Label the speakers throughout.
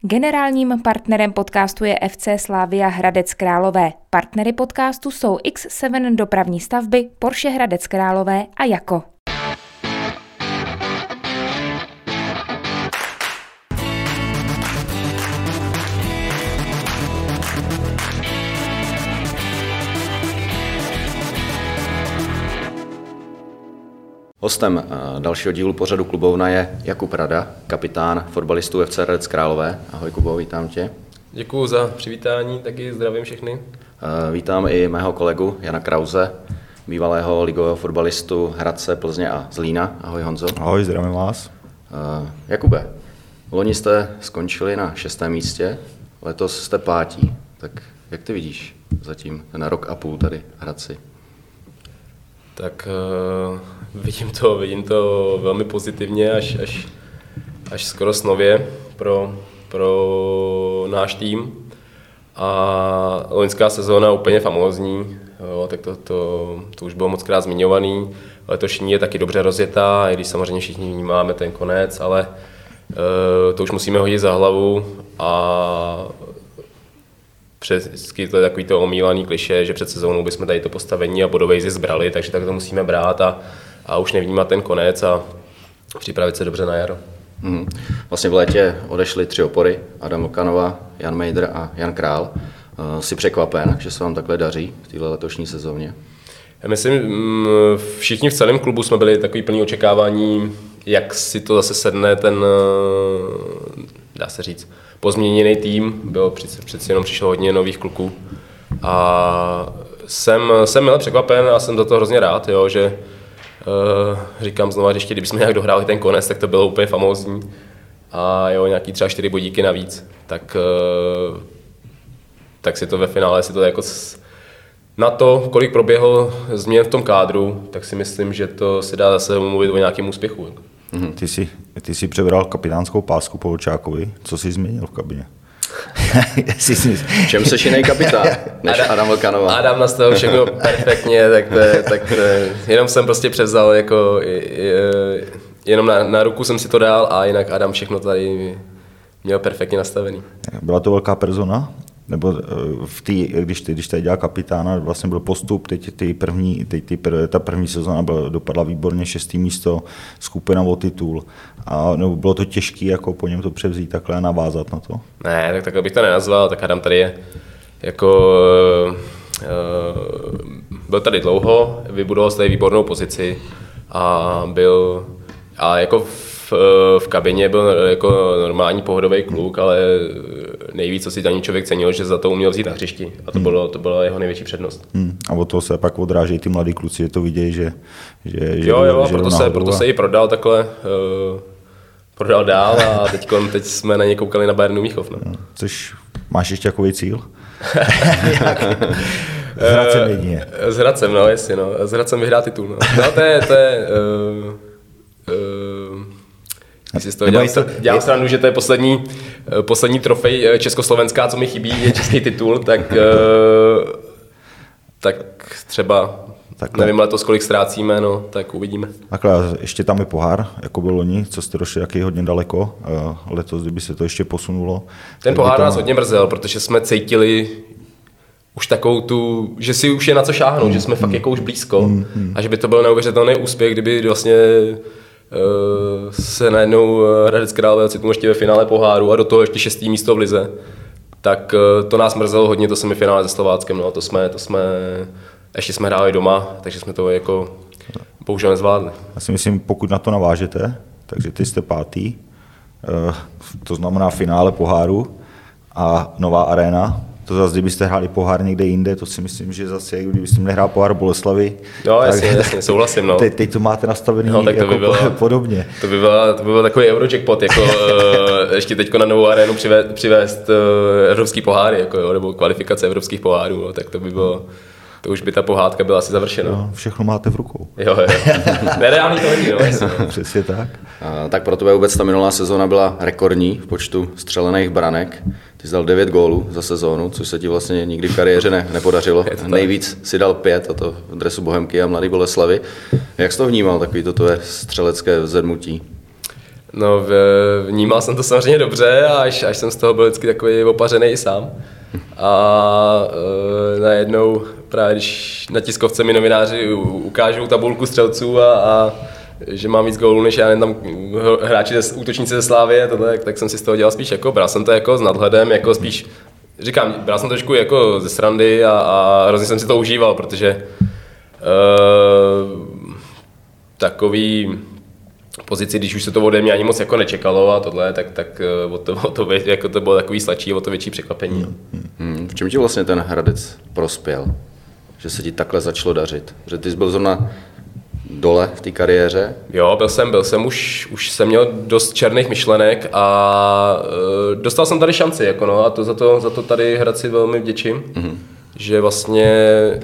Speaker 1: Generálním partnerem podcastu je FC Slavia Hradec Králové. Partnery podcastu jsou X7 dopravní stavby, Porsche Hradec Králové a Jako.
Speaker 2: Hostem dalšího dílu pořadu Klubovna je Jakub Rada, kapitán fotbalistů FC Hradec Králové. Ahoj Kubo, vítám tě.
Speaker 3: Děkuju za přivítání, taky zdravím všechny.
Speaker 2: Vítám i mého kolegu Jana Krause, bývalého ligového fotbalistu Hradce, Plzně a Zlína. Ahoj Honzo.
Speaker 4: Ahoj, zdravím vás.
Speaker 2: Jakube, loni jste skončili na 6. místě, letos jste 5. Tak jak ty vidíš zatím ten rok a půl tady v Hradci?
Speaker 3: Tak vidím to velmi pozitivně, až skoro snově pro náš tým. A loňská sezóna úplně famózní, jo, tak to už bylo mockrát zmiňovaný. Letošní je taky dobře rozjetá, i když samozřejmě všichni vnímáme ten konec, ale to už musíme hodit za hlavu a vždycky to je takový to omílaný klišé, že před sezónou bychom tady to postavení a bodový zisk zbrali, takže tak to musíme brát a už nevnímat ten konec a připravit se dobře na jaro.
Speaker 2: Vlastně v létě odešli 3 opory, Adam Lkanova, Jan Mejdr a Jan Král. Jsi překvapen, že se vám takhle daří v této letošní sezóně?
Speaker 3: Já myslím, všichni v celém klubu jsme byli takový plný očekávání, jak si to zase sedne ten, dá se říct, pozměněný tým, přeci jenom přišlo hodně nových kluků a jsem milé překvapen a jsem za to hrozně rád, jo, že říkám znova, že ještě kdybychom nějak dohráli ten konec, tak to bylo úplně famózní a jo, nějaký třeba 4 bodíky navíc, tak si to ve finále, jako na to, kolik proběhlo změn v tom kádru, tak si myslím, že to se dá zase mluvit o nějakém úspěchu.
Speaker 4: Ty jsi přebral kapitánskou pásku po Vlčákovi. Co jsi změnil v kabině?
Speaker 2: V čem seš jiný kapitán než Adam Lkanova?
Speaker 3: Adam nastavil všechno perfektně, tak jenom jsem prostě převzal, jako, jenom na ruku jsem si to dal a jinak Adam všechno tady měl perfektně nastavený.
Speaker 4: Byla to velká persona? Nebo když tady dělal kapitána, vlastně byl postup, ta první sezóna dopadla výborně, 6. místo, skupina o titul. A nebo bylo to těžké jako po něm to převzít takhle a navázat na to?
Speaker 3: Ne, tak takhle bych to nenazval, tak Adam tady je jako byl tady dlouho, vybudoval tady výbornou pozici a jako v kabině byl jako normální pohodový kluk, ale nejvíc, co si tam člověk cenil, že za to uměl vzít na hřišti a to byla jeho největší přednost.
Speaker 4: A od toho se pak odrážejí ty mladí kluci, že to vidějí, že
Speaker 3: proto se i prodal takhle, prodal dál a teď jsme na ně koukali na Bayernu Míchov. No.
Speaker 4: Máš ještě takový cíl? S Hradcem jedině.
Speaker 3: S Hradcem, no jasně, no. S Hradcem vyhrát titul, no. No to je si z toho dělám stranu, že to je poslední trofej československá, co mi chybí, je český titul, tak třeba, nevím letos, kolik ztrácíme, no, tak uvidíme.
Speaker 4: Takhle, ještě tam je pohár, jako bylo loni, co jste došli taky hodně daleko, letos, kdyby se to ještě posunulo.
Speaker 3: Ten pohár nás hodně mrzel, protože jsme cítili už takovou tu, že si už je na co šáhnout, že jsme fakt jako už blízko a že by to byl neuvěřitelný úspěch, kdyby vlastně se najednou Hradec Králové ocitnul ještě ve finále poháru a do toho ještě 6. místo v lize. Tak to nás mrzelo hodně, to semifinále se Slováckem, no, to jsme ještě jsme hráli doma, takže jsme to jako bohužel nezvládli.
Speaker 4: Já si myslím, pokud na to navážete, takže ty jste 5. To znamená finále poháru a nová aréna. To zase, kdybyste hráli pohár někde jinde, to si myslím, že zase, kdybyste měli hrát pohár Boleslavy.
Speaker 3: No jasně, souhlasím. No.
Speaker 4: Teď to máte nastavený
Speaker 3: no, tak to
Speaker 4: jako
Speaker 3: by bylo,
Speaker 4: podobně.
Speaker 3: To by byl takový Eurojackpot, jako ještě teď na novou arénu přivést evropský poháry, jako, jo, nebo kvalifikace evropských pohárů, no, tak to by bylo... To už by ta pohádka byla asi završena.
Speaker 4: No, všechno máte v rukou.
Speaker 3: Jo. Nereálný to není, no.
Speaker 4: Přesně tak.
Speaker 2: Tak pro tebe vůbec ta minulá sezóna byla rekordní v počtu střelených branek. Ty jsi dal 9 gólů za sezónu, což se ti vlastně nikdy v kariéře nepodařilo. Nejvíc si dal 5, a to v dresu Bohemky a Mladý Boleslavy. Jak jsi to vnímal, takový to tvoje střelecké vzedmutí?
Speaker 3: No, vnímal jsem to samozřejmě dobře, až jsem z toho byl vždycky takový opařený i sám. A najednou právě když na tiskovce mi novináři ukážou tabulku střelců a že mám víc gólů než já nevím, tam hráči, útočníci ze Slávy a tohle, tak jsem si z toho dělal spíš jako, bral jsem to jako s nadhledem, jako spíš, říkám, bral jsem to trošku jako ze srandy a hrozně jsem si to užíval, protože takový pozici, když už se to ode mě ani moc jako nečekalo a tohle, tak jako to bylo takový sladší, o to větší překvapení.
Speaker 2: V čem ti vlastně ten Hradec prospěl? Že se ti takhle začalo dařit? Že ty jsi byl zrovna dole v té kariéře?
Speaker 3: Jo, byl jsem už jsem měl dost černých myšlenek a dostal jsem tady šanci, jako no, a to za to tady Hradci velmi vděčím, že vlastně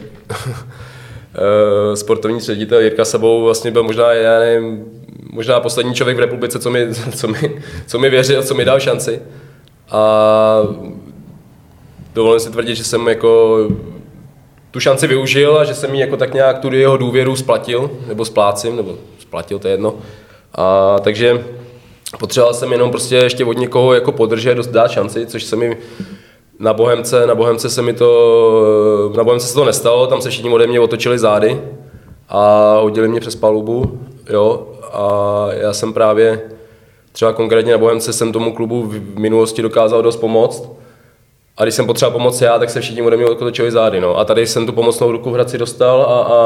Speaker 3: sportovní ředitel Jirka Sabou vlastně byl možná, já nevím, možná poslední člověk v republice, co mi věřil, co mi dal šanci. A dovolím si tvrdit, že jsem jako tu šanci využil a že jsem jí jako tak nějak tu jeho důvěru splatil, nebo splácím, nebo splatil, to je jedno. A takže potřeboval jsem jenom prostě ještě od někoho jako podržet, dát šanci, což se mi na Bohemce se to nestalo, tam se všichni ode mě otočili zády a hodili mě přes palubu, jo, a já jsem právě třeba konkrétně na Bohemce jsem tomu klubu v minulosti dokázal dost pomoct. A když jsem potřeboval pomoct já, tak se všichni ode mě otočili zády, no. A tady jsem tu pomocnou ruku v Hradci dostal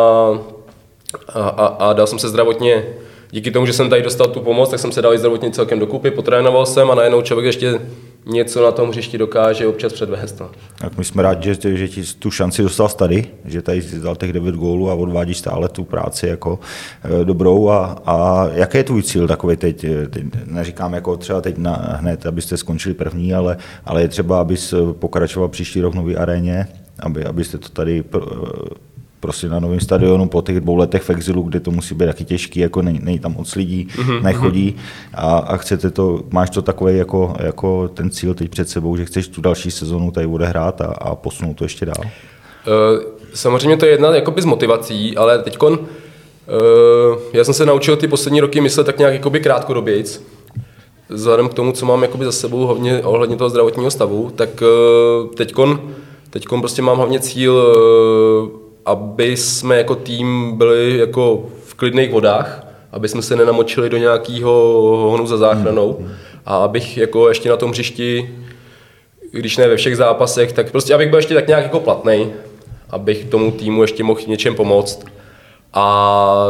Speaker 3: a dal jsem se zdravotně, díky tomu, že jsem tady dostal tu pomoc, tak jsem se dal i zdravotně celkem dokupy, potrénoval jsem a najednou člověk ještě něco na tom hřišti dokáže občas předvést. No.
Speaker 4: Tak my jsme rádi, že ti tu šanci dostal tady, že tady jsi dal těch 9 gólů a odvádíš stále tu práci jako dobrou. A jaký je tvůj cíl takový teď neříkám jako třeba teď hned, abyste skončili první, ale je třeba, abys pokračoval příští rok v Nový aréně, abyste to tady prostě na novém stadionu po těch 2 letech v exilu, kde to musí být taky těžký, jako není tam moc lidí, nechodí a chcete to, máš to takový jako ten cíl teď před sebou, že chceš tu další sezonu tady odehrát a posunout to ještě dál?
Speaker 3: Samozřejmě to je jedna jakoby z motivací, ale teďkon já jsem se naučil ty poslední roky myslet tak nějak jakoby krátkodobějc. Vzhledem k tomu, co mám jakoby za sebou hlavně ohledně toho zdravotního stavu, tak teďkon prostě mám hlavně cíl, aby jsme jako tým byli jako v klidných vodách, aby jsme se nenamočili do nějakého honu za záchranou a abych jako ještě na tom hřišti, když ne ve všech zápasech, tak prostě abych byl ještě tak nějak jako platnej, abych tomu týmu ještě mohl něčem pomoct. A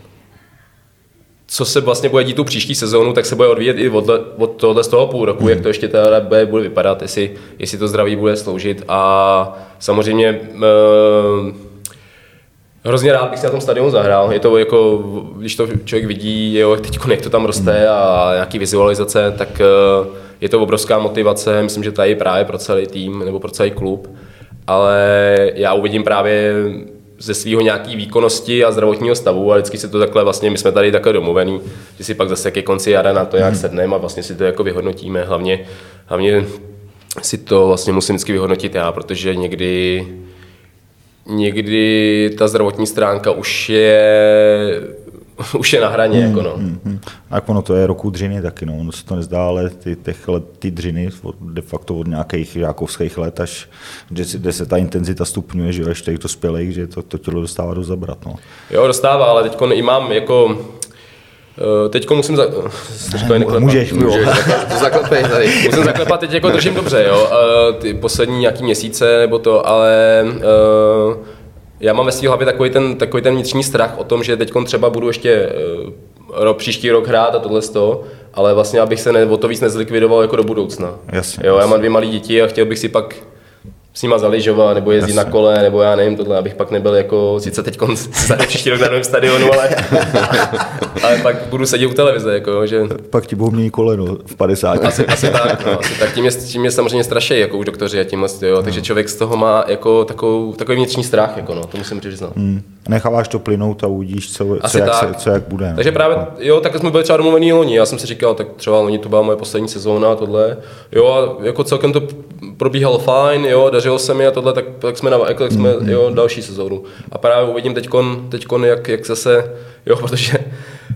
Speaker 3: co se vlastně bude dít tu příští sezónu, tak se bude odvíjet i od tohohle z toho půl roku, jak to ještě teda bude vypadat, jestli to zdraví bude sloužit. A samozřejmě hrozně rád bych si na tom stadionu zahrál. Je to jako, když to člověk vidí, teď jak to tam roste a nějaký vizualizace, tak je to obrovská motivace. Myslím, že tady právě pro celý tým nebo pro celý klub. Ale já uvidím právě ze svého nějaký výkonnosti a zdravotního stavu a vždycky si to takhle vlastně, my jsme tady takhle domluvený, že si pak zase ke konci jara na to nějak sedneme a vlastně si to jako vyhodnotíme. Hlavně si to vlastně musím vždycky vyhodnotit já, protože někdy ta zdravotní stránka už je na hraně. Jako no.
Speaker 4: Tak ono to je roku dřiny taky, no. Ono se to nezdá, ale ty dřiny de facto od nějakých žákovských let, až kde se ta intenzita stupňuje, že až těch dospělých, že to tělo dostává do zabrat. No.
Speaker 3: Jo, dostává, ale teďko i mám jako teďko musím
Speaker 4: Můžeš,
Speaker 2: to zaklepej tady.
Speaker 3: Musím zaklepat, teď jako držím dobře, jo. Ty poslední nějaký měsíce nebo to, ale já mám ve svý hlavě takový ten vnitřní strach o tom, že teďko třeba budu ještě příští rok hrát a tohle z toho, ale vlastně abych se o to víc nezlikvidoval jako do budoucna.
Speaker 4: Jasně,
Speaker 3: jo, já mám 2 malé děti a chtěl bych si pak s nima zalyžovat, nebo jezdit na kole, nebo já nevím tohle, abych pak nebyl jako, sice teď příští rok na novém stadionu, ale pak budu sedět u televize, jako, že...
Speaker 4: Pak ti budou měnit koleno v 50.
Speaker 3: Asi tak, no, asi tak, tím je samozřejmě strašej, jako už doktoři a tímhle, jo, takže člověk z toho má jako takový vnitřní strach, jako no, to musím přiznat.
Speaker 4: Necháváš to plynout a uvidíš, co jak bude.
Speaker 3: Takže právě, jo, tak jsme byli třeba domluvený loni, já jsem si říkal, tak třeba loni to byla moje poslední sezóna a tohle, jo, a jako celkem to probíhalo fajn, jo, dařilo se mi a tohle, tak jsme jo, další sezónu. A právě uvidím teďkon jak zase, jo, protože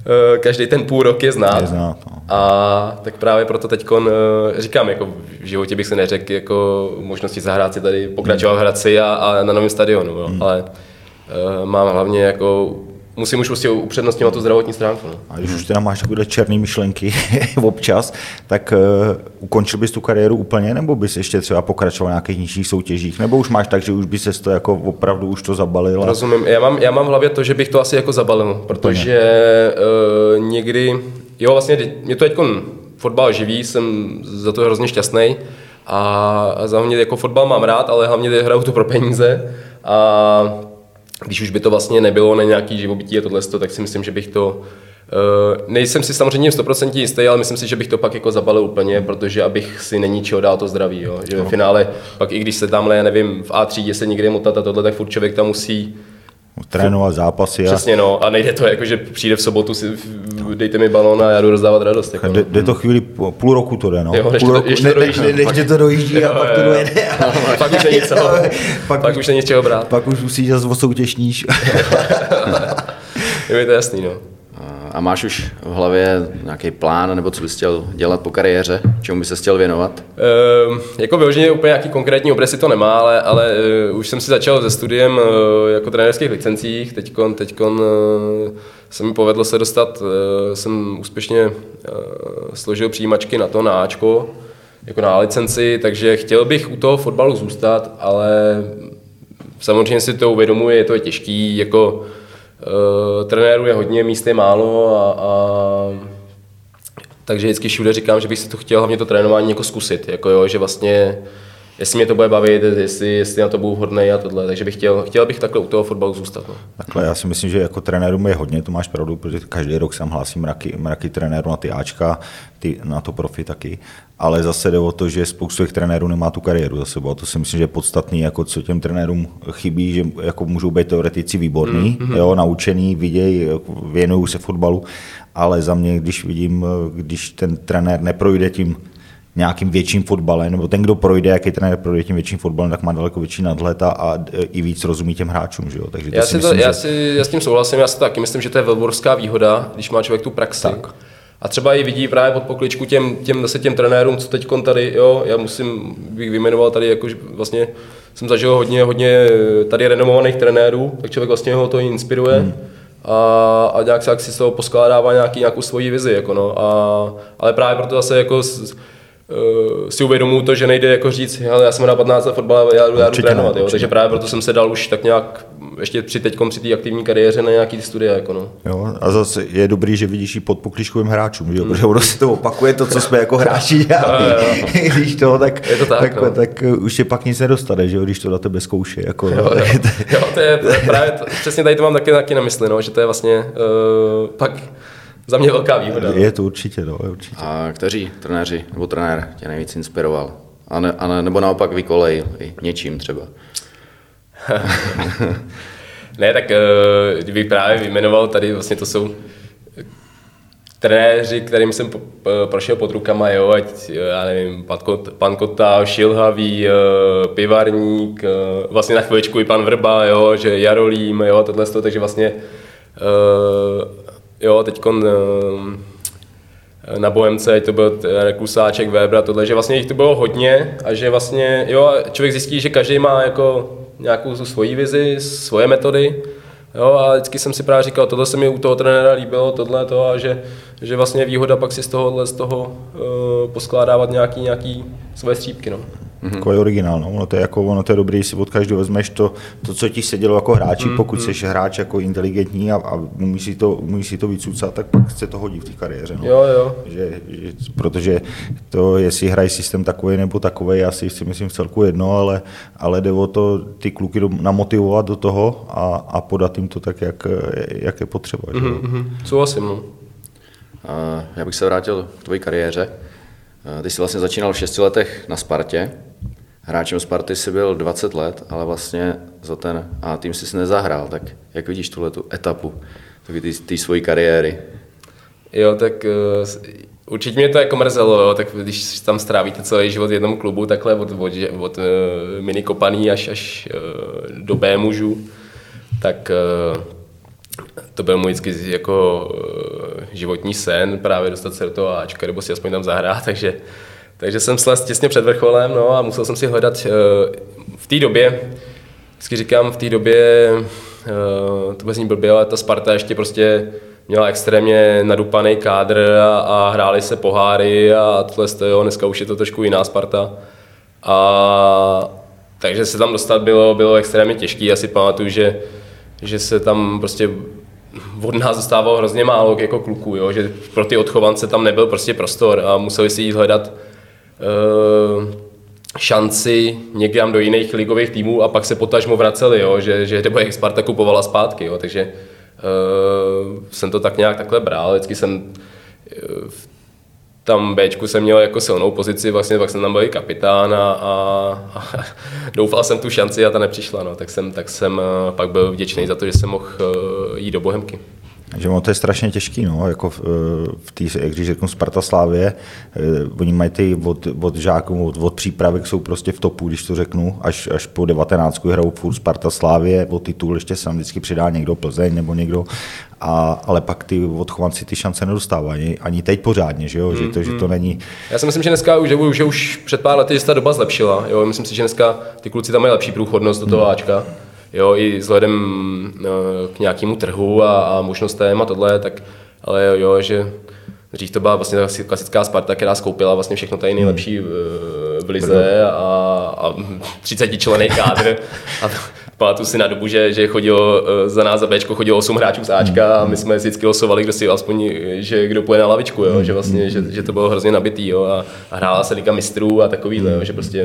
Speaker 3: každý ten půl rok je znát.
Speaker 4: No.
Speaker 3: A tak právě proto teďkon říkám, jako v životě bych se neřekl jako možnosti zahrát si tady, pokračovat v Hradci a na novém stadionu, no. Ale mám hlavně jako musím už prostě upřednostňovat tu zdravotní stránku. No.
Speaker 4: A když už teda máš takové černé myšlenky občas, tak ukončil bys tu kariéru úplně, nebo bys ještě třeba pokračoval v nějakých nižších soutěžích, nebo už máš tak, že už bys se to jako opravdu už to zabalil?
Speaker 3: Rozumím, já mám v hlavě to, že bych to asi jako zabalil, protože někdy, jo vlastně mě to teďkon fotbal živí, jsem za to hrozně šťastný a za mě jako fotbal mám rád, ale hlavně hraju to pro peníze a když už by to vlastně nebylo na nějaký živobytí a tohle, tak si myslím, že bych to... nejsem si samozřejmě 100% jistý, ale myslím si, že bych to pak jako zabalil úplně, protože abych si není čeho dál to zdraví. Jo? Že ve finále, pak i když se tamhle, já nevím, v A3 se někde motat a tohle, tak furt člověk tam musí
Speaker 4: trénovat zápasy.
Speaker 3: Přesně, no. A nejde to jako, že přijde v sobotu, si dejte mi balón a já jdu rozdávat radost. Jako,
Speaker 4: jde to chvíli, půl roku to jde, no.
Speaker 3: Jo,
Speaker 4: než to dojíždí a pak to dojede.
Speaker 3: Pak už není co. Pak už není čeho brát.
Speaker 4: Pak už musíš zase osoutěžníš.
Speaker 3: Je mi to jasný, no.
Speaker 2: A máš už v hlavě nějaký plán, nebo co bys chtěl dělat po kariéře? Čemu bys se chtěl věnovat?
Speaker 3: Jako vyloženě úplně nějaký konkrétní obrysy to nemá, ale už jsem si začal se studiem jako trenérských licencích. Teďkon se mi povedlo se dostat, jsem úspěšně složil přijímačky na to, na Ačko, jako na licenci, takže chtěl bych u toho fotbalu zůstat, ale samozřejmě si to uvědomuji, je to těžký, jako trenérů je hodně, míst je málo takže vždycky všude říkám, že bych si to chtěl hlavně to trénování jako zkusit, jako jo, že vlastně jestli mě to bude bavit, jestli na to budu hodnej a tohle, takže bych chtěl bych takhle u toho fotbalu zůstat. No.
Speaker 4: Takhle, já si myslím, že jako trenérům je hodně, to máš pravdu, protože každý rok sem hlásí mraky trenérů na ty Ačka, na to profi taky, ale zase jde o to, že spoustu těch trenérů nemá tu kariéru za sebou. To si myslím, že je podstatný, jako co těm trenérům chybí, že jako můžou být teoretici výborní, jo, naučený, vidějí, věnují se fotbalu, ale za mě, když ten trenér neprojde tím nějakým větším fotbalem, nebo ten, kdo projde, jaký trenér projde tím větším fotbalem, tak má daleko větší nadhled a i víc rozumí těm hráčům. Že jo? Takže
Speaker 3: já s tím souhlasím, já si taky myslím, že to je velborská výhoda, když má člověk tu praxi. Tak. A třeba i vidí právě pod pokličku těm trenérům, co teď tady, jo, bych vyjmenoval tady, jako, že vlastně jsem zažil hodně tady renomovaných trenérů, tak člověk vlastně ho to inspiruje. A nějak se si z toho poskládává nějakou svoji vizi. Jako no. Ale právě proto zase jako si uvědomuji to, že nejde jako říct, hele, já jsem hrál 15 let fotbal, já jdu trénovat. Jo. Takže právě proto jsem se dal už tak nějak ještě při té aktivní kariéře na nějaký studia. Jako no.
Speaker 4: Jo, a zase je dobrý, že vidíš i pod pokličkovým hráčům, že? Protože ono si to opakuje, to, co jsme jako hráči dělali. Když to, tak,
Speaker 3: je to
Speaker 4: tak už je pak nic nedostane, že? Když to na tebe zkouší. Jako,
Speaker 3: jo, to je právě přesně tady to mám taky na mysli, no, že to je vlastně pak za mě velká výhoda.
Speaker 4: Je to určitě, no, určitě.
Speaker 2: A kteří trenéři nebo trenér tě nejvíc inspiroval? Nebo naopak vykolejil i něčím třeba?
Speaker 3: Ne, tak kdybych právě vyjmenoval, tady vlastně to jsou trenéři, kterým jsem prošel pod rukama, jo, ať, já nevím, pan Kota, Šilhavý, Pivarník, vlastně na chviličku i pan Vrba, jo, že Jarolím, jo, tohle, takže vlastně jo, teďkon na Bohemce, to byl Klusáček, Weber, tohle, že vlastně jich to bylo hodně a že vlastně, jo, člověk zjistí, že každý má jako nějakou svoji vizi, svoje metody, jo, a vždycky jsem si právě říkal, tohle se mi u toho trenéra líbilo, tohle to, a že vlastně výhoda pak si z toho poskládávat nějaký svoje střípky, no.
Speaker 4: Takový originál, no. Ono to je dobrý, si od každého vezmeš to, co ti sedělo jako hráči, pokud jsi hráč jako inteligentní a umí si to vycucat, tak pak se to hodí v té kariéře. No.
Speaker 3: Jo.
Speaker 4: Protože to, jestli hrají systém takový nebo takový, já si myslím v celku jedno, ale jde o to ty kluky namotivovat do toho a podat jim to tak, jak je potřeba.
Speaker 3: Souhlasím, no.
Speaker 2: Já bych se vrátil k tvojí kariéře. Ty jsi vlastně začínal v 6 letech na Spartě. Hráčem Sparty jsi byl 20 let, ale vlastně za ten A tým jsi nezahrál. Tak jak vidíš tuhletu etapu ty svojí kariéry?
Speaker 3: Jo, tak určitě mě to jako mrzelo, jo, tak když tam strávíte celý život v jednom klubu, takhle od mini kopaný až do B mužů, tak to byl můj vždycky jako životní sen právě dostat se do toho Ačka, nebo si aspoň tam zahrát, takže jsem slez těsně před vrcholem, no a musel jsem si hledat v té době, vždycky říkám, v té době, to bez ní blbě, ale ta Sparta ještě prostě měla extrémně nadupaný kádr a hrály se poháry a tohle, jo, dneska už je to trošku jiná Sparta. Takže se tam dostat bylo extrémně těžký, já si pamatuju, že se tam prostě od nás dostávalo hrozně málo jako kluků, jo, že pro ty odchovance tam nebyl prostě prostor a museli si jít hledat šanci někam do jiných ligových týmů a pak se potažmo vraceli, jo, že nebo jak Sparta kupovala zpátky, jo, takže jsem to tak nějak takhle bral, vždycky jsem tam Bčku jsem měl jako silnou pozici, vlastně pak jsem tam byl i kapitán a doufal jsem tu šanci a ta nepřišla, no, tak jsem pak byl vděčný za to, že jsem mohl jít do Bohemky.
Speaker 4: Že to je strašně těžký, no, jako když řeknu Sparta Slavie, oni mají ty od žáků, od přípravek jsou prostě v topu, když to řeknu, až po 19 hrajou furt Sparta Slavie, o titul ještě se tam vždycky přidá někdo Plzeň nebo někdo, ale pak ty odchovanci ty šance nedostávají, ani teď pořádně, že jo, že to není. Já si
Speaker 3: myslím, že dneska už před pár lety se ta doba zlepšila, jo, myslím si, že dneska ty kluci tam mají lepší průchodnost do toho Ačka. Jo, i vzhledem k nějakému trhu a možnostem a tohle, tak ale jo, že dřív to byla vlastně klasická Sparta, která skoupila vlastně všechno tady nejlepší v lize a 30členný kádr a pamatuju si na dobu, že chodilo za nás za Bčko chodilo 8 hráčů z Ačka a my jsme vždycky losovali, kdo si aspoň, že kdo půjde na lavičku, jo, že vlastně, že to bylo hrozně nabitý, jo, a hrála se Liga mistrů a takovýhle, jo, že prostě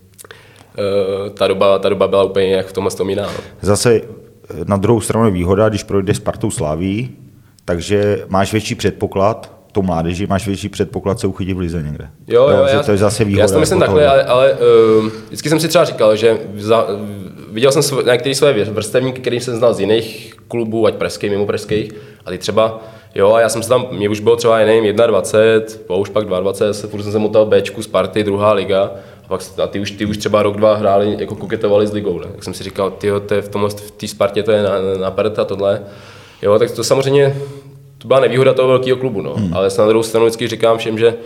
Speaker 3: ta doba byla úplně jak v tomhle tom jiná. No.
Speaker 4: Zase na druhou stranu je výhoda, když projdeš Spartou Slaví, takže máš větší předpoklad, to mládeži, máš větší předpoklad se uchytit v lize někde.
Speaker 3: Jo,
Speaker 4: to je zase výhoda.
Speaker 3: Já si to myslím takhle, ale vždycky jsem si třeba říkal, že viděl jsem některé své vrstevníky, který jsem znal z jiných klubů, ať pražských, mimo pražských, a ty třeba, jo, a já jsem se tam, mě už bylo třeba nevím, 21, už pak 22, furt jsem se motal Bčku, Sparty, druhá liga, a ty už třeba rok, dva hráli, jako koketovali s ligou, ne? Tak jsem si říkal, tyjo, v té Spartě to je na prd a tohle. Jo, tak to samozřejmě, to byla nevýhoda toho velkého klubu, no. Ale na druhou stranu vždycky říkám všem, že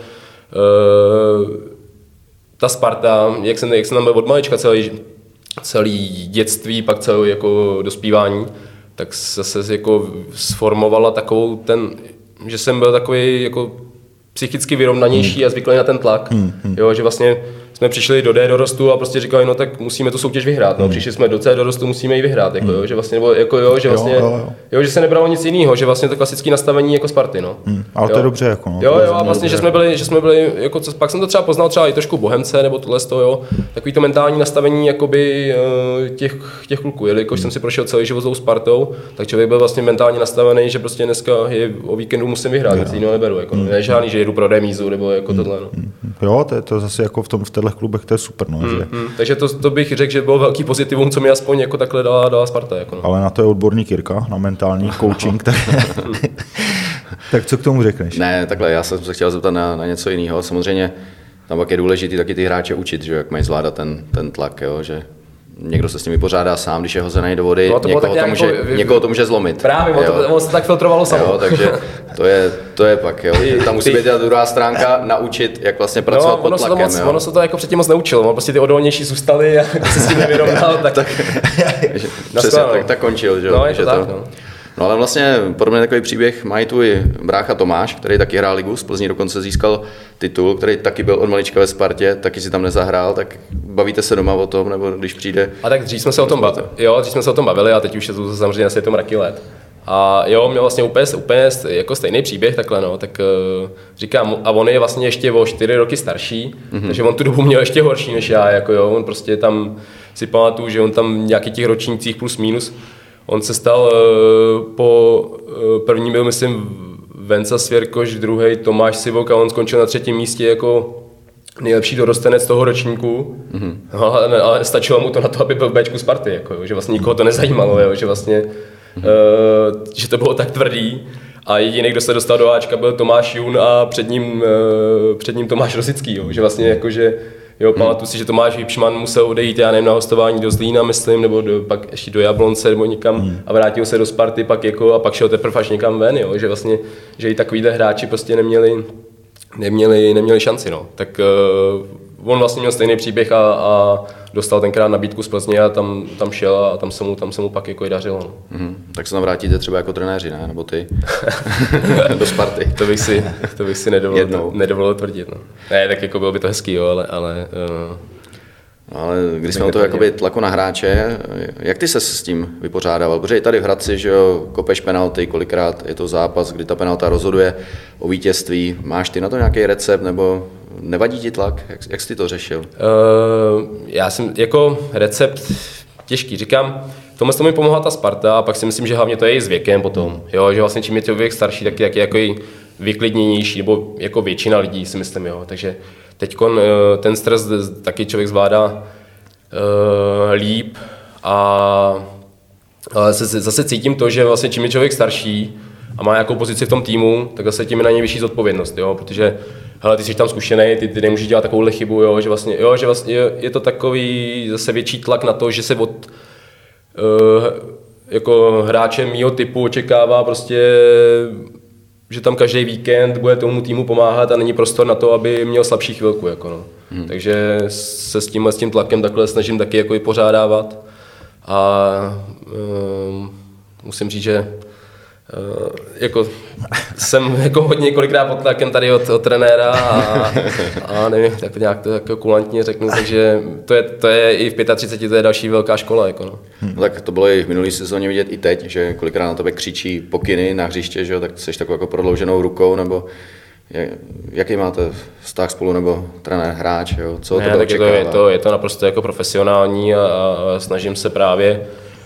Speaker 3: ta Sparta, jak jsem tam byl od malička celý dětství, pak celé jako dospívání, tak se jako sformovala takovou že jsem byl takový jako psychicky vyrovnanější a zvyklý na ten tlak, jo, že vlastně jsme přišli do D dorostu a prostě říkali, no tak musíme tu soutěž vyhrát, no, přišli jsme do C dorostu, musíme ji vyhrát, jako, jo, že vlastně, nebo jako jo, že vlastně, jo, že se nebralo nic jiného, že vlastně to klasické nastavení jako Sparty, no.
Speaker 4: Ale to je dobře, jako no.
Speaker 3: Jo, a vlastně, že jsme byli, jako, pak jsem to třeba poznal třeba i trošku Bohemce, nebo tohle z toho, jo, takový to mentální nastavení, jakoby, těch kluků, jelikož jsem si prošel celý život s tou Spartou, tak člověk byl vlastně mentálně nastavený, že prostě dneska o víkendu musím vyhrát, nic jiného neberu, jako, ne žádný, že jedu pro remízu, nebo jako tohle, no.
Speaker 4: Jo, to je zase jako v těchto klubech to je super, no, že.
Speaker 3: Takže to bych řekl, že bylo velký pozitivum, co mi aspoň jako takhle dala Sparta, jako, no.
Speaker 4: Ale na to je odborník Jirka, na mentální coaching, tak co k tomu řekneš?
Speaker 2: Ne, takhle, já jsem se chtěl zeptat na něco jiného. Samozřejmě tam pak je důležité taky ty hráče učit, že jak mají zvládat ten tlak, jo, že někdo se s tím vypořádá sám, když je hozený do vody,
Speaker 3: no,
Speaker 2: někoho to může zlomit.
Speaker 3: Právě, ono se tak filtrovalo samo.
Speaker 2: Jo, takže to je pak, jo. Tam musí být ta druhá stránka, naučit, jak vlastně pracovat pod tlakem.
Speaker 3: Ono se to jako předtím moc neučilo, prostě ty odolnější zůstaly a když se s tím nevyrovnal,
Speaker 2: přesně, tak končil, že jo.
Speaker 3: No, je to tak, no.
Speaker 2: No ale vlastně podobně takový příběh mají tvůj brácha Tomáš, který taky hrál ligu, z Plzní dokonce získal titul, který taky byl od malička ve Spartě, taky si tam nezahrál, tak bavíte se doma o tom, nebo když přijde?
Speaker 3: A tak dřív jsme se o tom bavili a teď už je to samozřejmě asi tom mraky let. A jo, měl vlastně úplně jako stejný příběh takhle, no, tak říkám, a on je vlastně ještě o 4 roky starší, takže on tu dobu měl ještě horší než já, jako jo, on prostě tam si pamatuju, že on tam nějakých těch ročnících plus minus. On se stal první byl, myslím, Venca Svěrkoš, druhý Tomáš Sivok a on skončil na 3. místě jako nejlepší dorostenec toho ročníku. No, ale stačilo mu to na to, aby byl v Bčku Sparty, jako, že vlastně nikoho to nezajímalo, jo, že vlastně že to bylo tak tvrdý. A jediný, kdo se dostal do Ačka, byl Tomáš Jun a před ním Tomáš Rosický, jo, že vlastně jako, že Jo, pamatuju si, že Tomáš Hipšman musel odejít, já nevím, na hostování do Zlína, myslím, nebo pak ještě do Jablonce nebo někam a vrátil se do Sparty pak jako, a pak šel teprve až někam ven, jo, že vlastně, že i takovýhle hráči prostě neměli šanci, no. Tak on vlastně měl stejný příběh a dostal tenkrát nabídku z Plzně a tam šel a tam se mu pak jako i dařilo. No.
Speaker 2: Tak se tam vrátíte třeba jako trenéři, ne? Nebo ty do Sparty.
Speaker 3: To bych si nedovolil tvrdit. No. Ne, tak jako bylo by to hezký, jo, ale
Speaker 2: ale když jsme o to jakoby tlaku na hráče, jak ty se s tím vypořádával? Protože i tady v Hradci, že jo, kopeš penalty, kolikrát je to zápas, kdy ta penalta rozhoduje o vítězství. Máš ty na to nějaký recept nebo nevadí ti tlak? Jak jsi to řešil?
Speaker 3: Já jsem jako recept těžký, říkám, v tomhle mi pomohla ta Sparta a pak si myslím, že hlavně to je i s věkem potom, jo, že vlastně čím je člověk starší, tak je jako i vyklidněnější, nebo jako většina lidí si myslím, jo, takže teď ten stres taky člověk zvládá líp a zase cítím to, že vlastně čím je člověk starší a má nějakou pozici v tom týmu, tak zase tím je na něj vyšší zodpovědnost, jo, protože hele, ty jsi tam zkušený, ty nemůžeš dělat takovouhle chybu, jo, že vlastně je to takový zase větší tlak na to, že se od jako hráče mýho typu očekává prostě, že tam každý víkend bude tomu týmu pomáhat a není prostor na to, aby měl slabší chvilku. Jako no. Takže se s tím tlakem takhle snažím taky jako pořádávat a musím říct, že jako jsem jako hodně několikrát pod tlakem tady od trenéra a nevím, tak nějak to jako kulantně řeknu, takže to je i v 35, to je další velká škola. Jako no.
Speaker 2: No tak to bylo i v minulý sezóně vidět i teď, že kolikrát na tebe křičí pokyny na hřiště, že jo, tak jsi takovou jako prodlouženou rukou, nebo jaký máte vztah spolu, nebo trenér hráč, jo? Co
Speaker 3: ne, tak je to naprosto jako profesionální a snažím se právě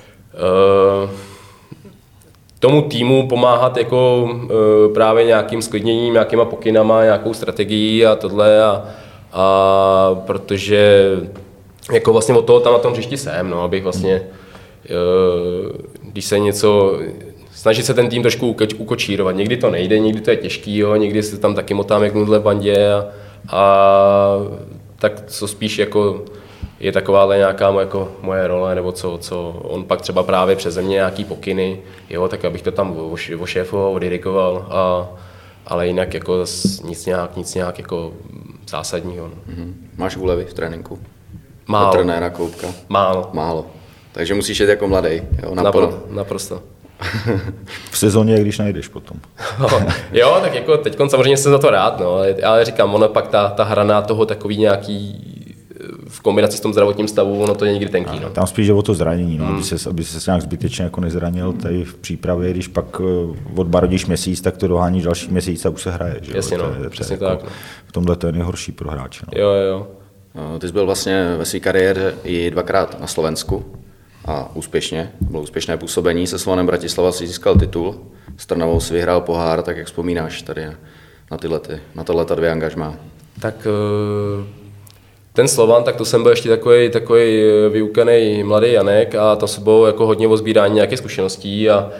Speaker 3: tomu týmu pomáhat jako právě nějakým sklidněním, nějakýma pokynama, nějakou strategií a tohle a protože jako vlastně od toho tam na tom hřišti jsem, no, abych vlastně, když se něco, snažit se ten tým trošku ukočírovat, někdy to nejde, někdy to je těžký, jo, někdy se tam taky motám jak nudle v bandě a tak co spíš jako je takováhle nějaká moje role, nebo co on pak třeba právě přeze mě nějaký pokyny, jo, tak abych to tam ošéfoval, odirigoval, ale jinak jako nic nějak jako zásadního. No.
Speaker 2: Máš úlevy v tréninku?
Speaker 3: Málo.
Speaker 2: Od trenéra Koubka? Málo. Takže musíš jít jako mladý, jo,
Speaker 3: naprosto.
Speaker 4: V sezóně, když najdeš potom.
Speaker 3: Jo, tak jako teď samozřejmě jsem za to rád, no, ale říkám, ono pak ta hra toho takový nějaký v kombinaci s tom zdravotním stavu, ono to je někdy tenký. No.
Speaker 4: Tam spíš jde o to zranění, no, aby se nějak zbytečně jako nezranil tady v přípravě, když pak odbarodíš měsíc, tak to dohání další měsíc a už se hraje. Že?
Speaker 3: Jasně, přesně
Speaker 4: jako,
Speaker 3: tak. No.
Speaker 4: V tomhle to je nejhorší pro hráče. No.
Speaker 3: Jo.
Speaker 2: Ty jsi byl vlastně ve své kariéře i 2krát na Slovensku a úspěšně. Bylo úspěšné působení, se Slovanem Bratislava si získal titul, s Trnavou si vyhrál pohár, tak jak vzpomínáš tady na tohle 2 angažmá?
Speaker 3: Tak ten Slovan, tak to jsem byl ještě takový vyukaný mladý Janek a to se bylo jako hodně o sbírání nějakých zkušeností a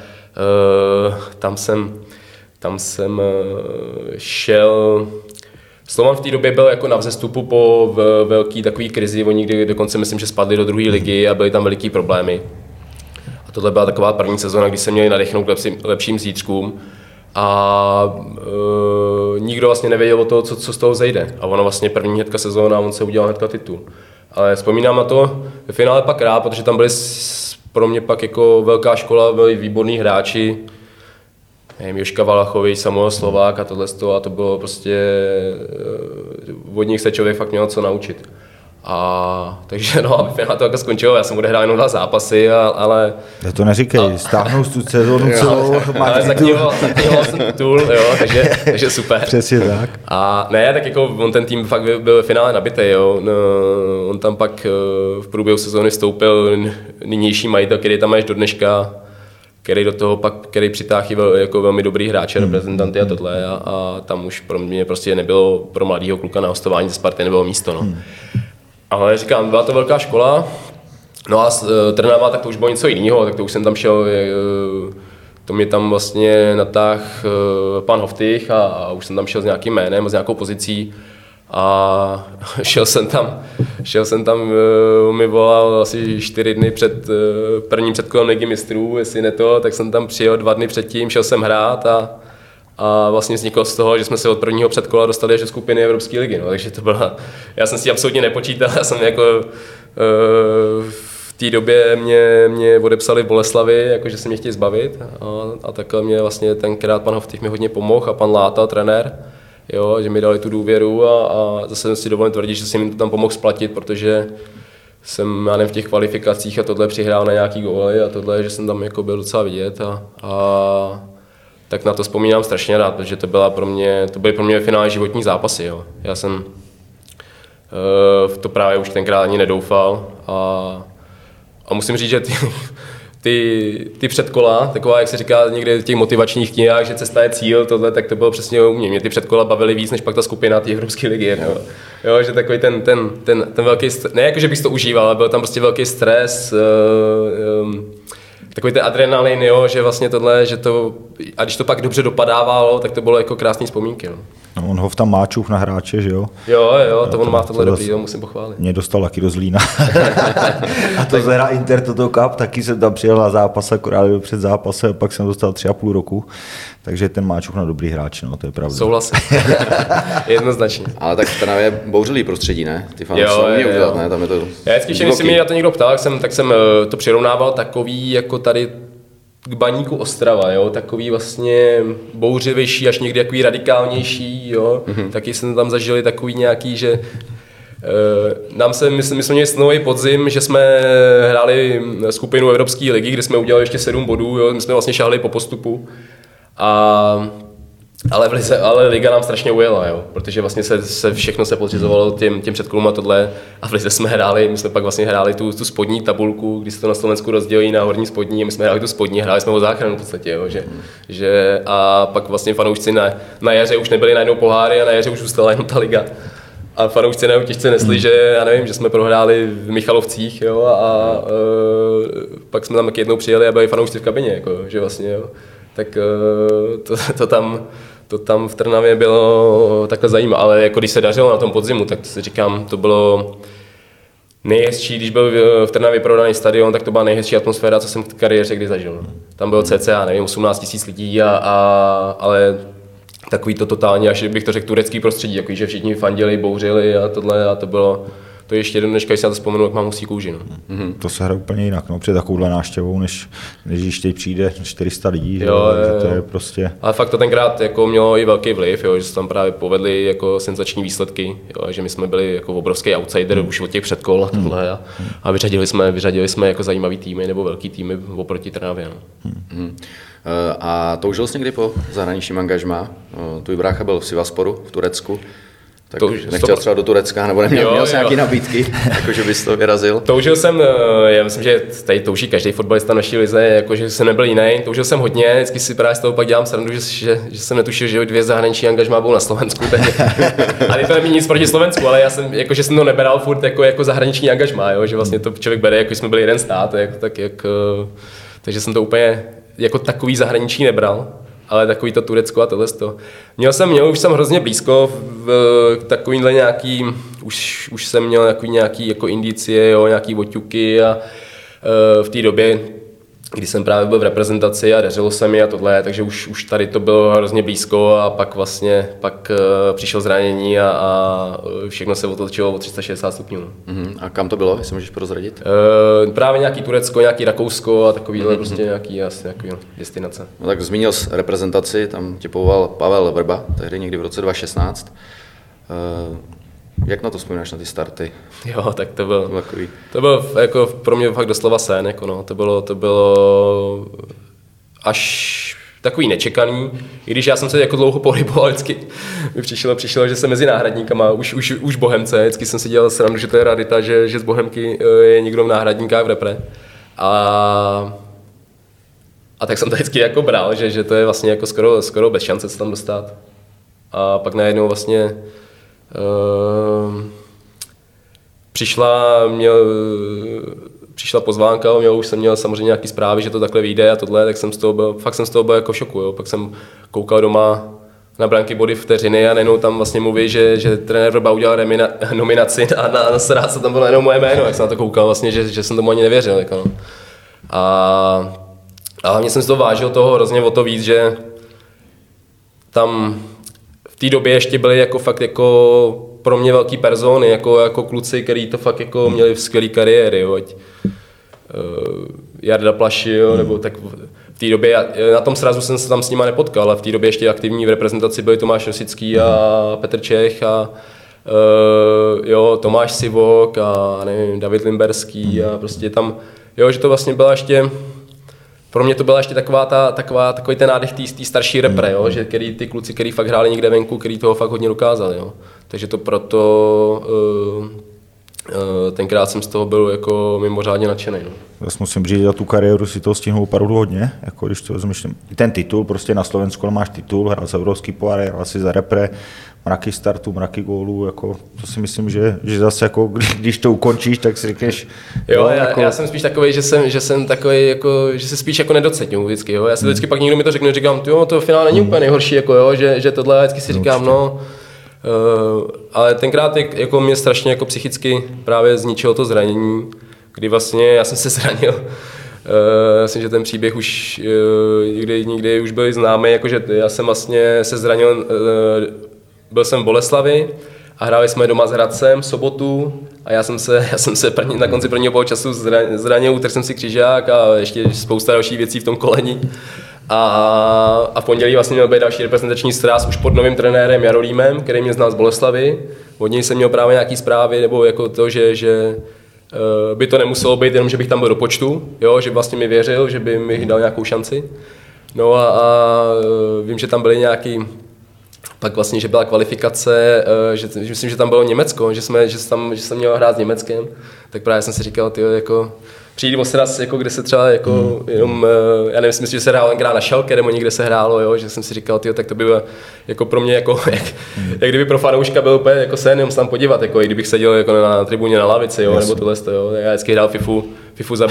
Speaker 3: tam jsem šel. Slovan v té době byl jako na vzestupu po velký takový krizi, oni někdy dokonce myslím, že spadli do 2. ligy a byly tam veliký problémy. A tohle byla taková první sezóna, kdy se měli nadechnout k lepším zítřkům a nikdo vlastně nevěděl o toho, co z toho zejde. A ono vlastně první hnedka sezóna, on se udělal hnedka titul. Ale vzpomínám na to ve finále pak rád, protože tam byli pro mě pak jako velká škola, byli výborní hráči, nevím, Joška Valachovič, Samuel Slovák a tohle a to bylo prostě, od nich se člověk fakt měl co naučit. A takže no, aby finále to jako skončilo, já jsem odehrál jenom 2 zápasy, ale...
Speaker 4: Já to neříkej, stáhnou tu sezónu celou,
Speaker 3: máš titul. Jsem titul, jo, takže super.
Speaker 4: Přesně tak.
Speaker 3: A ne, tak jako on ten tým fakt byl ve finále nabitý, jo. No, on tam pak v průběhu sezóny vstoupil nynější majitel, který tam máš do dneška, který přitáhl jako velmi dobrý hráče, reprezentanty a tohle a tam už pro mě prostě nebylo, pro mladýho kluka na hostování ze Sparty nebylo místo, no. Ale říkám, byla to velká škola, no a Trnava, tak to už bylo něco jiného, tak to už jsem tam šel, to mě tam vlastně natáhl pan Hoftych a už jsem tam šel s nějakým jménem a s nějakou pozicí A šel jsem tam, mi volal asi 4 dny před prvním předkolem Ligy mistrů, jestli ne to, tak jsem tam přijel 2 dny předtím, šel jsem hrát a vlastně vzniklo z toho, že jsme se od prvního předkola dostali až do skupiny Evropské ligy, no, takže to byla, já jsem si absolutně nepočítal, já jsem jako v té době mě odepsali v Boleslavi, jakože se mě chtěli zbavit a takhle mě vlastně tenkrát pan Hoftych mi hodně pomohl a pan Láta, trenér, jo, že mi dali tu důvěru a zase si dovolím tvrdit, že jsem jim to tam pomohl splatit, protože jsem, já nevím, v těch kvalifikacích a tohle přihrál na nějaký góly a tohle, že jsem tam jako byl docela vidět a tak na to vzpomínám strašně rád, protože to byly pro mě finále životní zápasy. Jo. Já jsem v to právě už tenkrát ani nedoufal a musím říct, že ty předkola, taková, jak se říká někde v těch motivačních knihách, že cesta je cíl, tohle, tak to bylo přesně u mě. Mě ty předkola bavily víc, než pak ta skupina té Evropské ligy. Jo, že takový ten velký stres, ne jako, že bych to užíval, ale byl tam prostě velký stres, takový ten adrenalin, jo, že vlastně tohle, že to, a když to pak dobře dopadávalo, tak to bylo jako krásný vzpomínky.
Speaker 4: No, on ho tam má čuch na hráče, že jo?
Speaker 3: Jo, to on má tohle dobrý, jo, musím pochválit.
Speaker 4: Mě dostal taky do Zlína. A to hra Inter Toto Cup, taky jsem tam přijel na zápas, akorát byl před zápasem, pak jsem dostal 3,5 roku. Takže ten má čuch na dobrý hráč, no, to je pravda.
Speaker 3: Souhlasím. Jednoznačně.
Speaker 2: Ale tak v Trnavě je bouřlivý prostředí, ne? Ty fanoušci se umí udělat, ne? Tam je to.
Speaker 3: Já vždycky, když se mě na to někdo ptal, tak jsem to přirovnával takový, jako tady k Baníku Ostrava, jo, takový vlastně bouřivější, až někdy takový radikálnější, jo. Taky jsme tam zažili takový nějaký, že my jsme měli snový podzim, že jsme hráli skupinu Evropské ligy, kde jsme udělali ještě 7 bodů, jo, my jsme vlastně šáhli po postupu. Ale liga nám strašně ujela, jo, protože vlastně všechno se podřizovalo těm předkolům a tohle a v lize jsme hráli, my jsme pak vlastně hráli tu spodní tabulku, když se to na Slovensku rozdělí na horní spodní a my jsme hráli tu spodní, hráli jsme o záchranu v podstatě, jo, že a pak vlastně fanoušci na jaře už nebyli najednou poháry a na jaře už zůstala jenom ta liga. A fanoušci těžce nesli, že já nevím, že jsme prohráli v Michalovcích, jo, a pak jsme tam taky jednou přijeli a byli fanoušci v kabině, jako, že vlastně, jo. Tak to tam v Trnavě bylo takhle zajímavé, ale jako když se dařilo na tom podzimu, tak si říkám, to bylo nejhezčí, když byl v Trnavě prodaný stadion, tak to byla nejhezčí atmosféra, co jsem v kariéře kdy zažil. Tam bylo cca, nevím, 18 000 lidí, ale takový to totálně, až bych to řekl, turecký prostředí, jako, že všichni fandili, bouřili a tohle a to bylo. To je ještě jeden dneška, když se na to vzpomenu, jak mám husí kůži. No.
Speaker 4: To se hraje úplně jinak, no, před takovouhle návštěvou, než když teď přijde 400 lidí, jo. To je prostě. Ale
Speaker 3: fakt to tenkrát jako mělo i velký vliv, jo, že se tam právě povedly jako senzační výsledky, jo, že my jsme byli jako obrovský outsider už od těch předkol a tohle a vyřadili jsme jako zajímavý týmy nebo velký týmy oproti Trnavě. No.
Speaker 2: A toužil jsi někdy po zahraničním angažmá? Tvůj brácha byl v Sivasporu v Turecku. Tak nechtěl třeba do Turecka, nebo měl jsi nějaký nabídky, jakože bys to vyrazil?
Speaker 3: Toužil jsem, já myslím, že tady touží každý fotbalista naší lize, jakože jsem nebyl jiný. Toužil jsem hodně, vždycky si právě z toho pak dělám srandu, že jsem netušil, že 2 zahraniční angažmá budou na Slovensku. A to nemí nic proti Slovensku, ale já jsem, jakože jsem to neberal furt jako zahraniční angažmá, jo, že vlastně to člověk bere, jako jsme byli jeden stát, takže jsem to úplně jako takový zahraniční nebral. Ale takový to Turecko a tohle to. Už jsem hrozně blízko k takovýmhle nějaký, už jsem měl nějaký jako indicie, jo, nějaký oťuky a v té době, kdy jsem právě byl v reprezentaci a dařilo se mi a tohle, takže už tady to bylo hrozně blízko a pak přišel zranění a všechno se otočilo o 360 stupňů.
Speaker 2: A kam to bylo, jestli můžeš prozradit?
Speaker 3: Právě nějaký Turecko, nějaký Rakousko a takovýhle prostě nějaký destinace.
Speaker 2: No tak zmínil jsi reprezentaci, tam tě povolal Pavel Vrba, tehdy někdy v roce 2016. Jak na to vzpomínáš, na ty starty?
Speaker 3: Jo, tak to byl jako pro mě fakt doslova sen, jako no, to bylo až takový nečekaný, i když já jsem se jako dlouho pohyboval, vždycky mi přišlo, že jsem mezi náhradníkama, už Bohemce, vždycky jsem si dělal srandu, že to je rarita, že z Bohemky je někdo v náhradníkách v repre. A tak jsem to vždycky jako bral, že to je vlastně jako skoro bez šance se tam dostat. A pak najednou vlastně přišla pozvánka, už jsem měl samozřejmě nějaký zprávy, že to takhle vyjde a tohle, tak jsem z toho byl jako v šoku, jo. Pak jsem koukal doma na branky body vteřiny a najednou tam vlastně mluví, že trenér Vrba udělal nominaci a na sráce tam bylo jenom moje jméno, jak jsem na to koukal vlastně, že jsem tomu ani nevěřil. Jako no. A hlavně jsem si to vážil toho hrozně o to víc, že tam v té době ještě byly jako fakt jako pro mě velký persony, jako kluci, který to fakt jako měli v skvělý kariéry, jo. Jarda Plašil, nebo tak v té době, na tom srazu jsem se tam s nima nepotkal, ale v té době ještě aktivní v reprezentaci byli Tomáš Rosický a Petr Čech a Tomáš Sivok a nevím, David Limberský a prostě tam, že to vlastně byla ještě, pro mě to byla ještě takový ten nádech té starší repre, že ty kluci, který fakt hráli někde venku, který toho fakt hodně dokázali, jo. Takže to proto tenkrát jsem z toho byl jako mimořádně nadšený. No.
Speaker 4: Já musím říct, za tu kariéru si toho stihnul opravdu hodně, jako když to vezmeš, ten titul, prostě na Slovensku máš titul, hrál se evropský pohár, hrál si za repre, mraky startů, mraky gólů, jako to si myslím, že zase jako když to ukončíš, tak si říkáš...
Speaker 3: Já jsem spíš takový, že jsem takový, jako, že se spíš jako nedoceňuji vždycky, jo. Já si vždycky pak někdo mi to řekne, říkám, to finál není úplně nejhorší, jako jo, že tohle vždycky si říkám, no. Ale tenkrát jako mě strašně jako psychicky právě zničilo to zranění, kdy vlastně já jsem se zranil. Myslím, že ten příběh už někdy už byl známý, jakože já jsem vlastně se zranil, byl jsem v Boleslavi a hráli jsme doma s Hradcem v sobotu a já jsem se na konci prvního poločasu zranil, utrhl jsem si křižák a ještě spousta dalších věcí v tom koleni. A v pondělí vlastně měl být další reprezentační sraz už pod novým trenérem Jarolímem, který mě znal z Boleslavy. Od něj jsem měl právě nějaký zprávy, nebo jako to, že by to nemuselo být jenom, že bych tam byl do počtu, jo, že vlastně mi věřil, že by mi dal nějakou šanci. No a vím, že tam byly nějaký, pak vlastně, že byla kvalifikace, že myslím, že tam bylo Německo, že jsem měl hrát s Německem, tak právě jsem si říkal, jako přijít o sraz, jako kde se třeba jako jenom, já nevím, myslím, že se hrálo na Schalke, nebo někde se hrálo, jo, že jsem si říkal, tak to by bylo jako pro mě, jako, jak kdyby pro fanouška byl úplně jako sen, jenom se tam podívat, jako, i kdybych seděl jako na tribuně na lavici, jo, nebo tohle, jo, já vždycky hrál FIFU za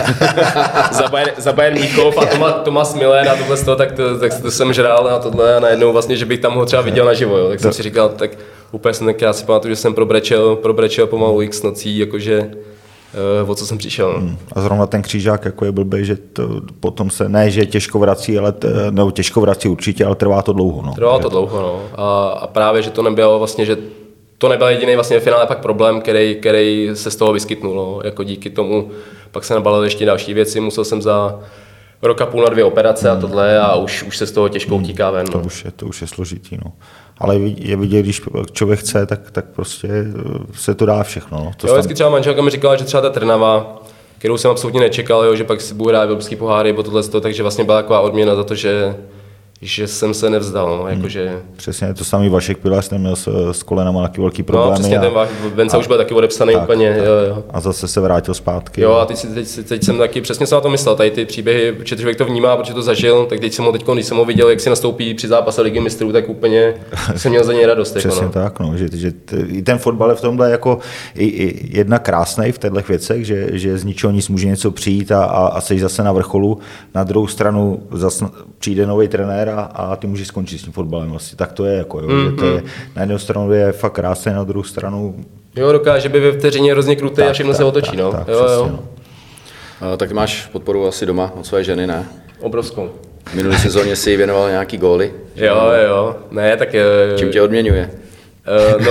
Speaker 3: Bayern Mnichov a Thomas Müller a tohle, tak to jsem žrál na tohle a najednou vlastně, že bych tam ho třeba viděl naživo, jo, tak jsem si říkal, tak úplně jsem tenkrát si pamatuju, že jsem probrečel pomalu x nocí, jakože o co jsem přišel.
Speaker 4: A zrovna ten křížák jako je blbej, že to potom se, ne, že těžko vrací, nebo těžko vrací určitě, ale trvá to dlouho. No.
Speaker 3: Trvá to dlouho, no. A právě, že to nebylo vlastně, že to nebyl jediný vlastně v finále pak problém, který se z toho vyskytnul, no. Jako díky tomu pak se nabalil ještě další věci, musel jsem za rok a půl na 2 operace a tohle a už se z toho těžko utíká ven. No.
Speaker 4: To už je složitý, no. Ale je vidět, když člověk chce, tak prostě se to dá všechno. No.
Speaker 3: Jo, vždycky třeba manželka mi říkala, že třeba ta Trnava, kterou jsem absolutně nečekal, jo, že pak si budu hrát evropský poháry nebo tohle, takže vlastně byla taková odměna za to, že jsem se nevzdal, no, jakože...
Speaker 4: Přesně, to samý Vašek Pilař neměl s kolenama taky velký problémy.
Speaker 3: No, přesně, ten Venca už byl taky odepsaný tak, úplně. Tak. Jo.
Speaker 4: A zase se vrátil zpátky.
Speaker 3: Jo, a teď jsem taky, přesně jsem na to myslel, tady ty příběhy, protože člověk to vnímá, protože to zažil, tak teď jsem ho když jsem ho viděl, jak si nastoupí při zápase Ligy mistrů, tak úplně jsem měl za něj radost.
Speaker 4: Přesně
Speaker 3: jako, no.
Speaker 4: Tak, no, že i ten fotbal je v tomhle jako jedna krásnej v těchto věcech, že z ničeho nic může něco přijít a jsi zase na vrcholu. Na druhou stranu zase přijde nový trenér a ty můžeš skončit s tím fotbalem. Vlastně. Tak to je, jako, jo, že to je, na jednu stranu je fakt krásné, na druhou stranu...
Speaker 3: Jo, dokáže by ve vteřině hrozně krutý a všechno se otočí. No.
Speaker 4: Tak,
Speaker 3: jo,
Speaker 4: přesně,
Speaker 3: jo.
Speaker 2: No. Tak máš podporu asi doma od své ženy, ne?
Speaker 3: Obrovskou.
Speaker 2: V minulý sezóně si věnoval nějaký góly.
Speaker 3: Jo. Ne, tak...
Speaker 2: Čím tě odměňuje?
Speaker 3: No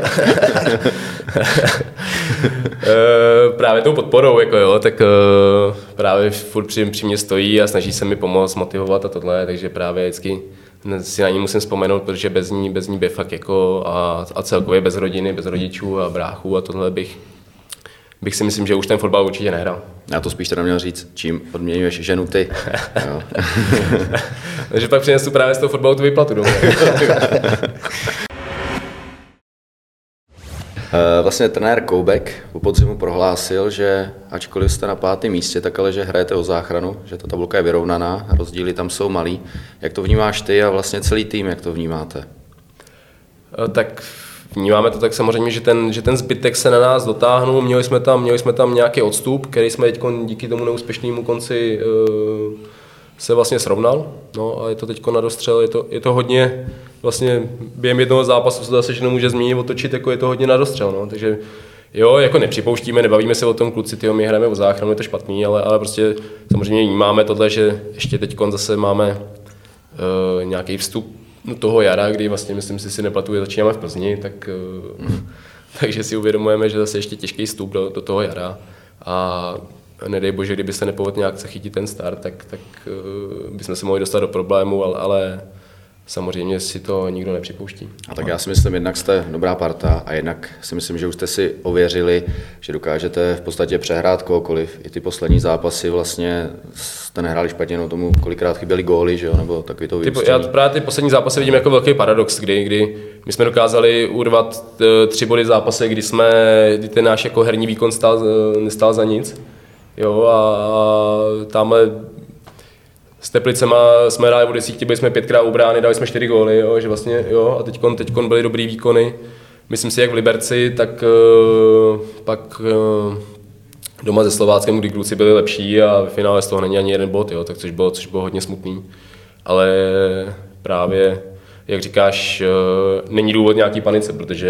Speaker 3: právě tou podporou, jako jo, tak právě furt při mě stojí a snaží se mi pomoct, motivovat a tohle, takže právě vždycky si na ní musím vzpomenout, protože bez ní by fakt jako a celkově bez rodiny, bez rodičů a bráchů a tohle bych si myslím, že už ten fotbal určitě nehrál.
Speaker 2: Já to spíš teda měl říct, čím odměňuješ ženu ty.
Speaker 3: Takže pak přinesu právě z toho fotbalu tu výplatu domů.
Speaker 2: Vlastně trenér Koubek po podzimu prohlásil, že ačkoliv jste na 5. místě, tak ale že hrajete o záchranu, že ta tabulka je vyrovnaná, rozdíly tam jsou malý. Jak to vnímáš ty a vlastně celý tým, jak to vnímáte?
Speaker 3: Tak vnímáme to tak samozřejmě, že ten zbytek se na nás dotáhnul, měli jsme tam nějaký odstup, který jsme teď díky tomu neúspěšnému konci se vlastně srovnal. No a je to teď na dostřel, je to hodně vlastně během jednoho zápasu se zase všechno může změnit, otočit, jako je to hodně na dostřel, no. Takže jo, jako nepřipouštíme, nebavíme se o tom, kluci, tyjo, my hrajeme o záchranu, je to špatný, ale prostě samozřejmě máme tohle, že ještě teď zase máme nějaký vstup toho jara, kdy vlastně, myslím si neplatuje, začínáme v Plzni, tak takže si uvědomujeme, že zase ještě těžký vstup do toho jara a nedej bože, kdyby se nepovedl nějak zachytit ten start, tak bychom se mohli dostat do problému, ale samozřejmě si to nikdo nepřipouští.
Speaker 2: A tak já si myslím, jednak jste dobrá parta a jednak si myslím, že už jste si ověřili, že dokážete v podstatě přehrát kohokoliv. I ty poslední zápasy vlastně jste nehráli špatně, no tomu kolikrát chyběli góly, že jo, nebo takový to vyústění.
Speaker 3: Já právě ty poslední zápasy vidím jako velký paradox, kdy my jsme dokázali urvat 3 body v zápase, kdy ten náš jako herní výkon nestál za nic. Jo, a tamhle s Teplicema jsme hráli o 10, byli jsme 5krát u brány, dali jsme 4 góly, jo, že vlastně, jo, a teďkon byly dobrý výkony. Myslím si, jak v Liberci, tak pak doma se Slováckem, kdy kluci byli lepší a ve finále z toho není ani jeden bod, jo, tak což bylo hodně smutný. Ale právě, jak říkáš, není důvod nějaký panice, protože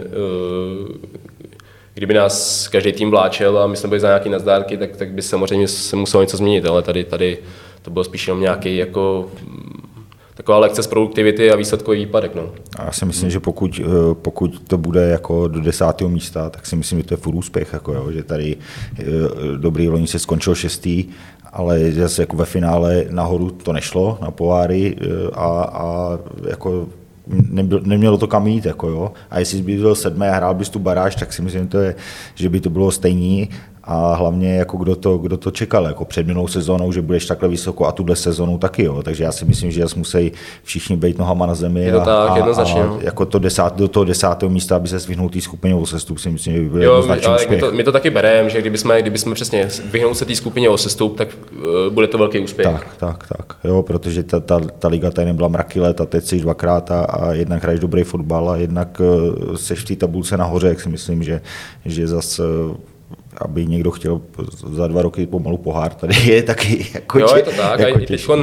Speaker 3: kdyby nás každý tým vláčel a my jsme byli za nějaký nazdárky, tak by samozřejmě se muselo něco změnit, ale tady to bylo spíš jenom nějaký jako taková lekce z produktivity a výsledkový výpadek. No.
Speaker 4: A já si myslím, že pokud to bude jako do 10. místa, tak si myslím, že to je furt úspěch, jako jo, že tady dobrý loni se skončil 6. ale zase jako ve finále nahoru to nešlo na poháry a jako nemělo to kam jít, jako jo. A jestli by byl 7. a hrál bys tu baráž, tak si myslím, že by to bylo stejný. A hlavně jako kdo to čekal, jako před minulou sezónou, že budeš takhle vysoko a tuhle sezónu taky, jo. Takže já si myslím, že musí všichni být nohama na zemi a jako do toho 10. místa, aby se vyhnul té skupině o sestup, si myslím, že by byl jednoznačný úspěch.
Speaker 3: My to taky bereme, že kdyby jsme přesně vyhnul se té skupině o sestup, tak bude to velký úspěch.
Speaker 4: Tak. Jo, protože ta liga tady nebyla mraky let a teď jsi 2krát a jednak hraješ dobrý fotbal a jednak seš v té tabulce nahoře, jak si myslím, že zase aby někdo chtěl za 2 roky pomalu pohár, tady je taky jako
Speaker 3: jo, je to tak. Jako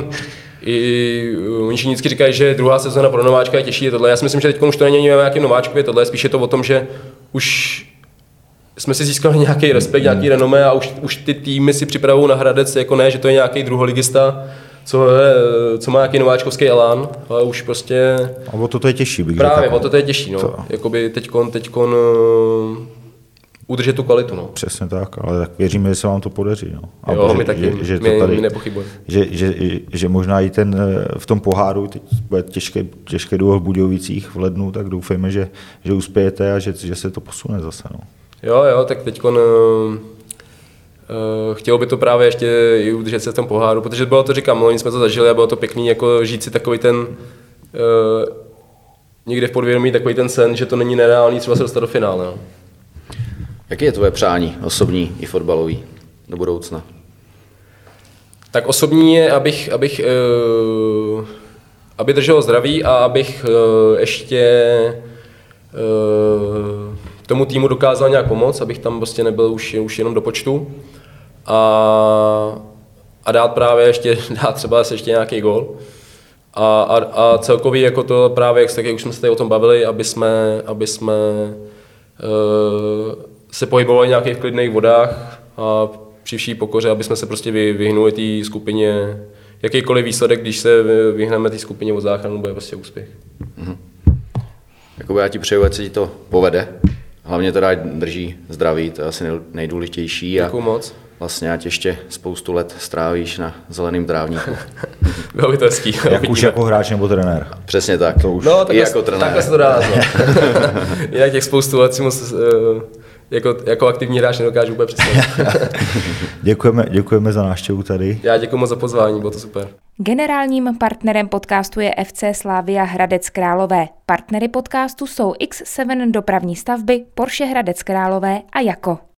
Speaker 3: oni vždycky říkají, že druhá sezóna pro nováčka je těžší, je tohle. Já si myslím, že teď už to není o nějakém nováčkově, tohle je spíše to o tom, že už jsme si získali nějaký respekt, nějaký renomé a už ty týmy si připravují na Hradec, jako ne, že to je nějaký druholigista, co má nějaký nováčkovský elán, ale už prostě...
Speaker 4: A o to je těžší, bych
Speaker 3: právě, o to je těžší, no. Jakoby teďkon udržet tu kvalitu, no.
Speaker 4: Přesně tak, ale tak věříme, že se vám to podaří, no. A
Speaker 3: jo, my taky, my nepochybujeme.
Speaker 4: Že možná i v tom poháru, teď bude těžké důvod v Budějovicích v lednu, tak doufejme, že uspějete a že se to posune zase, no.
Speaker 3: Jo, tak teďkon chtělo by to právě ještě i udržet se v tom poháru, protože bylo to, říkám, my jsme to zažili a bylo to pěkný, jako žít si takový ten někde v podvědomí takový ten sen, že to není nereálný třeba se dostat do finále, no.
Speaker 2: Jaký je tvoje přání, osobní i fotbalový, do budoucna?
Speaker 3: Tak osobní je, aby držel zdraví a abych ještě tomu týmu dokázal nějak pomoct, abych tam prostě nebyl už jenom do počtu a dát třeba ještě nějaký gól. A celkový jako to právě, jak už jsme se tady o tom bavili, aby jsme se pohybovali v nějakých klidných vodách a při vší pokoře, aby jsme se prostě vyhnuli té skupině. Jakýkoliv výsledek, když se vyhneme té skupině o záchranu, bude prostě úspěch.
Speaker 2: Mm-hmm. Jakoby já ti přeju, ať se ti to povede. Hlavně teda drží zdraví, to je asi nejdůležitější.
Speaker 3: Děkuju moc.
Speaker 2: Vlastně ať ještě spoustu let strávíš na zeleném trávníku.
Speaker 3: Bylo by to hezký.
Speaker 4: Jak už jako hráč nebo trenér.
Speaker 2: Přesně tak.
Speaker 4: To už.
Speaker 3: No,
Speaker 2: i jako trenér.
Speaker 3: Takhle se to dá. Jinak těch spoustu let si moc jako aktivní hráč nedokážu úplně představit.
Speaker 4: Děkujeme za návštěvu tady.
Speaker 3: Já děkuji moc za pozvání, bylo to super.
Speaker 1: Generálním partnerem podcastu je FC Slavia Hradec Králové. Partnery podcastu jsou X7 dopravní stavby, Porsche Hradec Králové a Jako.